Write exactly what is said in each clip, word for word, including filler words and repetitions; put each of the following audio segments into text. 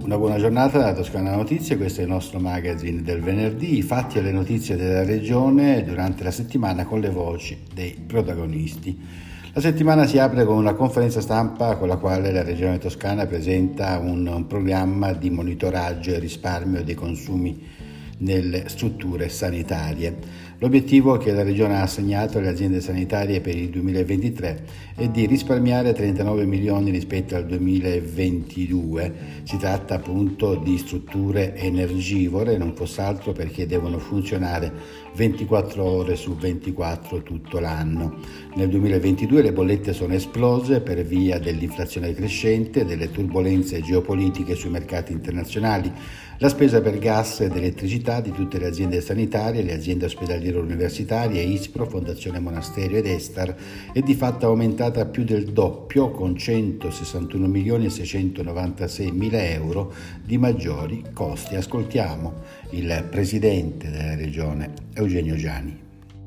Una buona giornata da Toscana Notizie, questo è il nostro magazine del venerdì, i fatti e le notizie della regione durante la settimana con le voci dei protagonisti. La settimana si apre con una conferenza stampa con la quale la regione toscana presenta un, un programma di monitoraggio e risparmio dei consumi nelle strutture sanitarie. L'obiettivo che la Regione ha assegnato alle aziende sanitarie per il duemilaventitré è di risparmiare trentanove milioni rispetto al duemilaventidue. Si tratta appunto di strutture energivore, non fosse altro perché devono funzionare ventiquattro ore su ventiquattro tutto l'anno. Nel duemilaventidue le bollette sono esplose per via dell'inflazione crescente, delle turbolenze geopolitiche sui mercati internazionali. La spesa per gas ed elettricità di tutte le aziende sanitarie, le aziende ospedaliere universitarie, ISPRO, Fondazione Monasterio ed Estar è di fatto aumentata a più del doppio, con centosessantuno milioni e seicentonovantasei mila euro di maggiori costi. Ascoltiamo il presidente della regione, Eugenio Giani.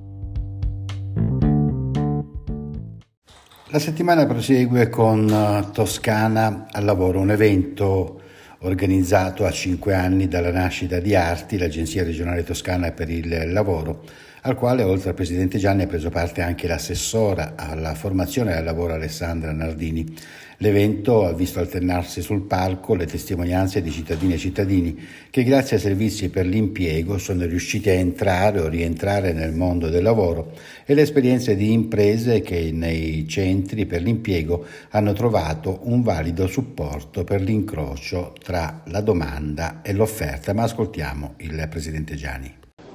La settimana prosegue con Toscana al lavoro, un evento organizzato a cinque anni dalla nascita di Arti, l'Agenzia regionale toscana per il lavoro, al quale oltre al presidente Gianni ha preso parte anche l'assessora alla formazione e al lavoro Alessandra Nardini. L'evento ha visto alternarsi sul palco le testimonianze di cittadini e cittadini che grazie ai servizi per l'impiego sono riusciti a entrare o rientrare nel mondo del lavoro e le esperienze di imprese che nei centri per l'impiego hanno trovato un valido supporto per l'incrocio tra la domanda e l'offerta. Ma ascoltiamo il presidente Gianni.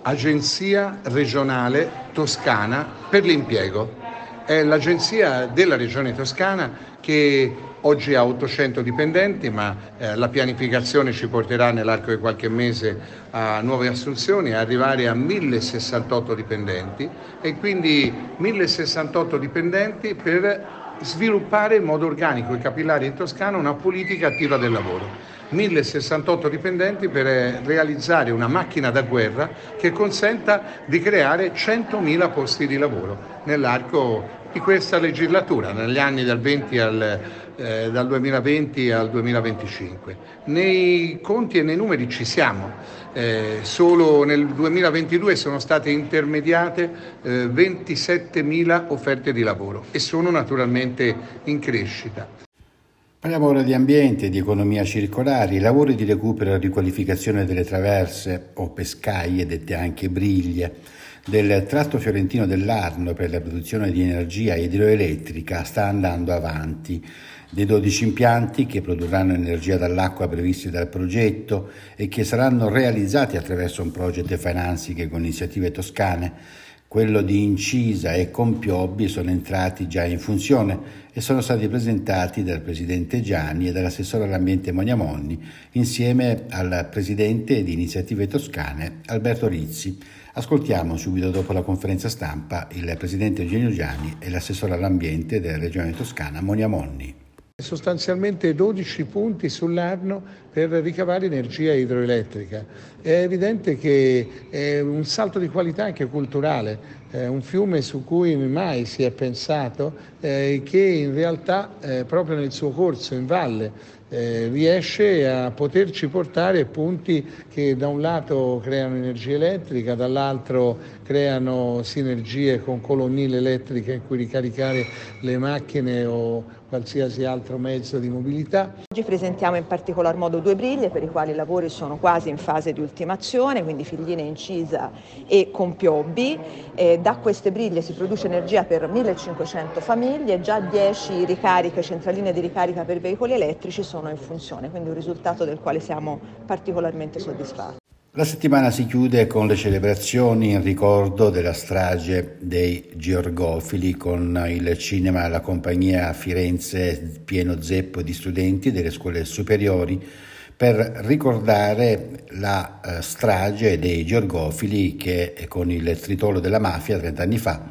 Agenzia regionale toscana per l'impiego. È l'agenzia della regione toscana che oggi ha ottocento dipendenti, ma eh, la pianificazione ci porterà nell'arco di qualche mese a nuove assunzioni, a arrivare a mille sessantotto dipendenti e quindi mille sessantotto dipendenti per sviluppare in modo organico e capillare in Toscana una politica attiva del lavoro. mille sessantotto dipendenti per realizzare una macchina da guerra che consenta di creare centomila posti di lavoro nell'arco di questa legislatura, negli anni dal, venti al, eh, dal duemilaventi al duemilaventicinque. Nei conti e nei numeri ci siamo. Eh, solo nel duemilaventidue sono state intermediate eh, ventisettemila offerte di lavoro e sono naturalmente in crescita. Parliamo ora di ambiente, di economia circolare, i lavori di recupero e riqualificazione delle traverse o pescaie, dette anche briglie, del tratto fiorentino dell'Arno per la produzione di energia idroelettrica sta andando avanti. Dei dodici impianti che produrranno energia dall'acqua previsti dal progetto e che saranno realizzati attraverso un project financing con iniziative toscane, quello di Incisa e Compiobbi sono entrati già in funzione e sono stati presentati dal presidente Gianni e dall'assessore all'ambiente Moniamonni insieme al presidente di Iniziative Toscane Alberto Rizzi. Ascoltiamo subito dopo la conferenza stampa il presidente Eugenio Gianni e l'assessore all'ambiente della regione toscana Moniamonni. Sostanzialmente dodici punti sull'Arno per ricavare energia idroelettrica. È evidente che è un salto di qualità anche culturale, è un fiume su cui mai si è pensato eh, che in realtà eh, proprio nel suo corso in valle Eh, riesce a poterci portare punti che da un lato creano energia elettrica, dall'altro creano sinergie con colonnine elettriche in cui ricaricare le macchine o qualsiasi altro mezzo di mobilità. Oggi presentiamo in particolar modo due briglie per i quali i lavori sono quasi in fase di ultimazione, quindi Figline, Incisa e Compiobbi. Eh, da queste briglie si produce energia per millecinquecento famiglie, già dieci ricariche, centraline di ricarica per veicoli elettrici sono in funzione, quindi un risultato del quale siamo particolarmente soddisfatti. La settimana si chiude con le celebrazioni in ricordo della strage dei Georgofili con il cinema La Compagnia a Firenze pieno zeppo di studenti delle scuole superiori per ricordare la uh, strage dei Georgofili che con il tritolo della mafia trent'anni fa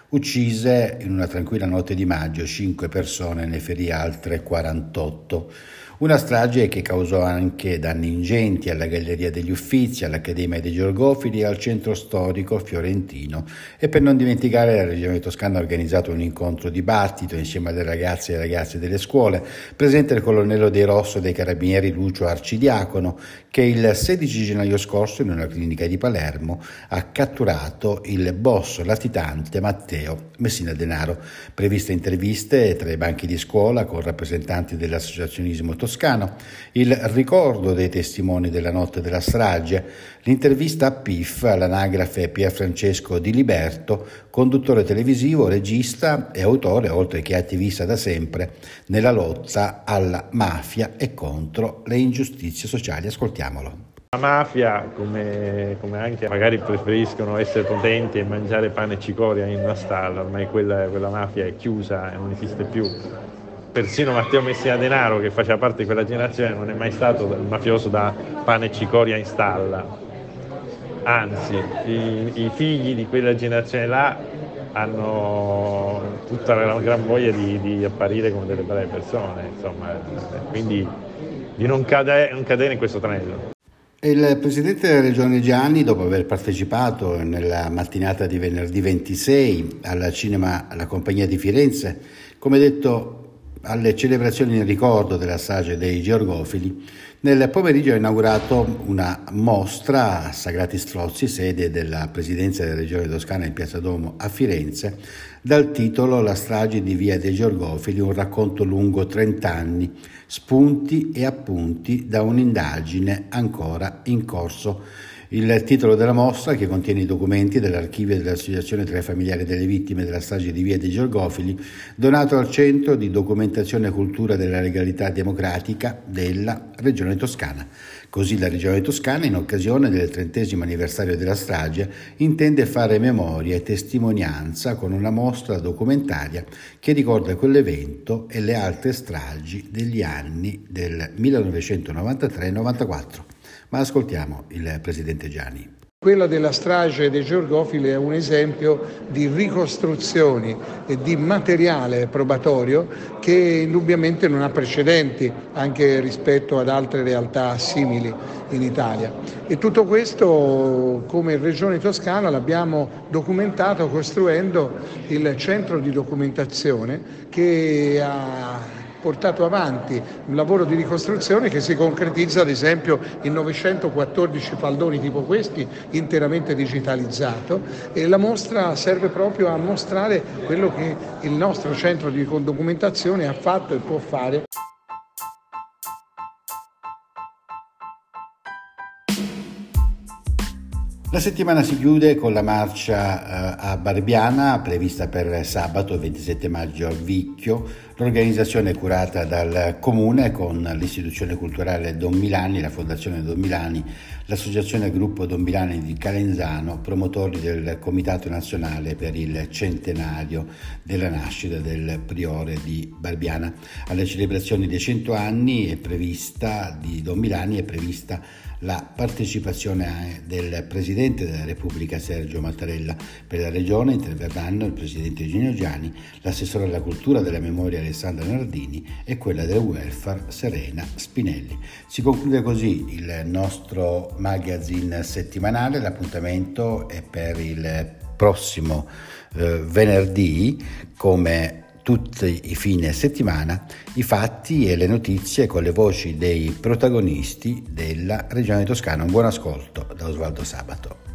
Uccise in una tranquilla notte di maggio cinque persone, ne ferì altre quarantotto. Una strage che causò anche danni ingenti alla Galleria degli Uffizi, all'Accademia dei Georgofili e al centro storico fiorentino. E per non dimenticare, la Regione Toscana ha organizzato un incontro dibattito insieme alle ragazze e ragazzi delle scuole, presente il colonnello dei Rosso dei Carabinieri Lucio Arcidiacono, che il sedici gennaio scorso in una clinica di Palermo ha catturato il boss latitante Matteo Messina Denaro. Previste interviste tra i banchi di scuola con rappresentanti dell'associazionismo toscano, il ricordo dei testimoni della notte della strage, l'intervista a P I F all'anagrafe Pier Francesco Di Liberto, conduttore televisivo, regista e autore, oltre che attivista da sempre nella lotta alla mafia e contro le ingiustizie sociali. Ascoltiamolo. La mafia, come, come anche magari preferiscono essere potenti e mangiare pane e cicoria in una stalla, ormai quella, quella mafia è chiusa e non esiste più. Persino Matteo Messina Denaro, che faceva parte di quella generazione, non è mai stato il mafioso da pane e cicoria in stalla. Anzi, i, i figli di quella generazione là hanno tutta la gran voglia di, di apparire come delle brave persone, insomma, quindi di non cadere, non cadere in questo tranello. Il presidente della Regione Gianni, dopo aver partecipato nella mattinata di venerdì ventisei al cinema alla Compagnia di Firenze, come detto, alle celebrazioni in ricordo della strage dei Georgofili, nel pomeriggio ha inaugurato una mostra a Sagrati Strozzi, sede della Presidenza della Regione Toscana in Piazza Duomo a Firenze, dal titolo La strage di Via dei Georgofili, un racconto lungo trenta anni, spunti e appunti da un'indagine ancora in corso. Il titolo della mostra, che contiene i documenti dell'archivio dell'Associazione tra i familiari delle vittime della strage di Via dei Georgofili, donato al Centro di Documentazione e Cultura della Legalità Democratica della Regione Toscana. Così la Regione Toscana, in occasione del trentesimo anniversario della strage, intende fare memoria e testimonianza con una mostra documentaria che ricorda quell'evento e le altre stragi degli anni del millenovecentonovantatré novantaquattro. Ma ascoltiamo il presidente Gianni. Quella della strage dei Georgofili è un esempio di ricostruzioni e di materiale probatorio che indubbiamente non ha precedenti anche rispetto ad altre realtà simili in Italia. E tutto questo, come Regione Toscana, l'abbiamo documentato costruendo il centro di documentazione che ha portato avanti un lavoro di ricostruzione che si concretizza ad esempio in novecentoquattordici faldoni tipo questi interamente digitalizzato, e la mostra serve proprio a mostrare quello che il nostro centro di documentazione ha fatto e può fare. La settimana si chiude con la marcia uh, a Barbiana, prevista per sabato ventisette maggio a Vicchio. L'organizzazione è curata dal Comune con l'istituzione culturale Don Milani, la Fondazione Don Milani, l'associazione Gruppo Don Milani di Calenzano, promotori del Comitato Nazionale per il centenario della nascita del Priore di Barbiana. Alle celebrazioni dei cento anni è prevista, di Don Milani è prevista la partecipazione del Presidente della Repubblica Sergio Mattarella. Per la Regione interverranno il Presidente Eugenio Gianni, l'assessore alla cultura della memoria Alessandra Nardini e quella del welfare Serena Spinelli. Si conclude così il nostro magazine settimanale. L'appuntamento è per il prossimo eh, venerdì, come tutti i fine settimana, i fatti e le notizie con le voci dei protagonisti della Regione Toscana. Un buon ascolto da Osvaldo Sabato.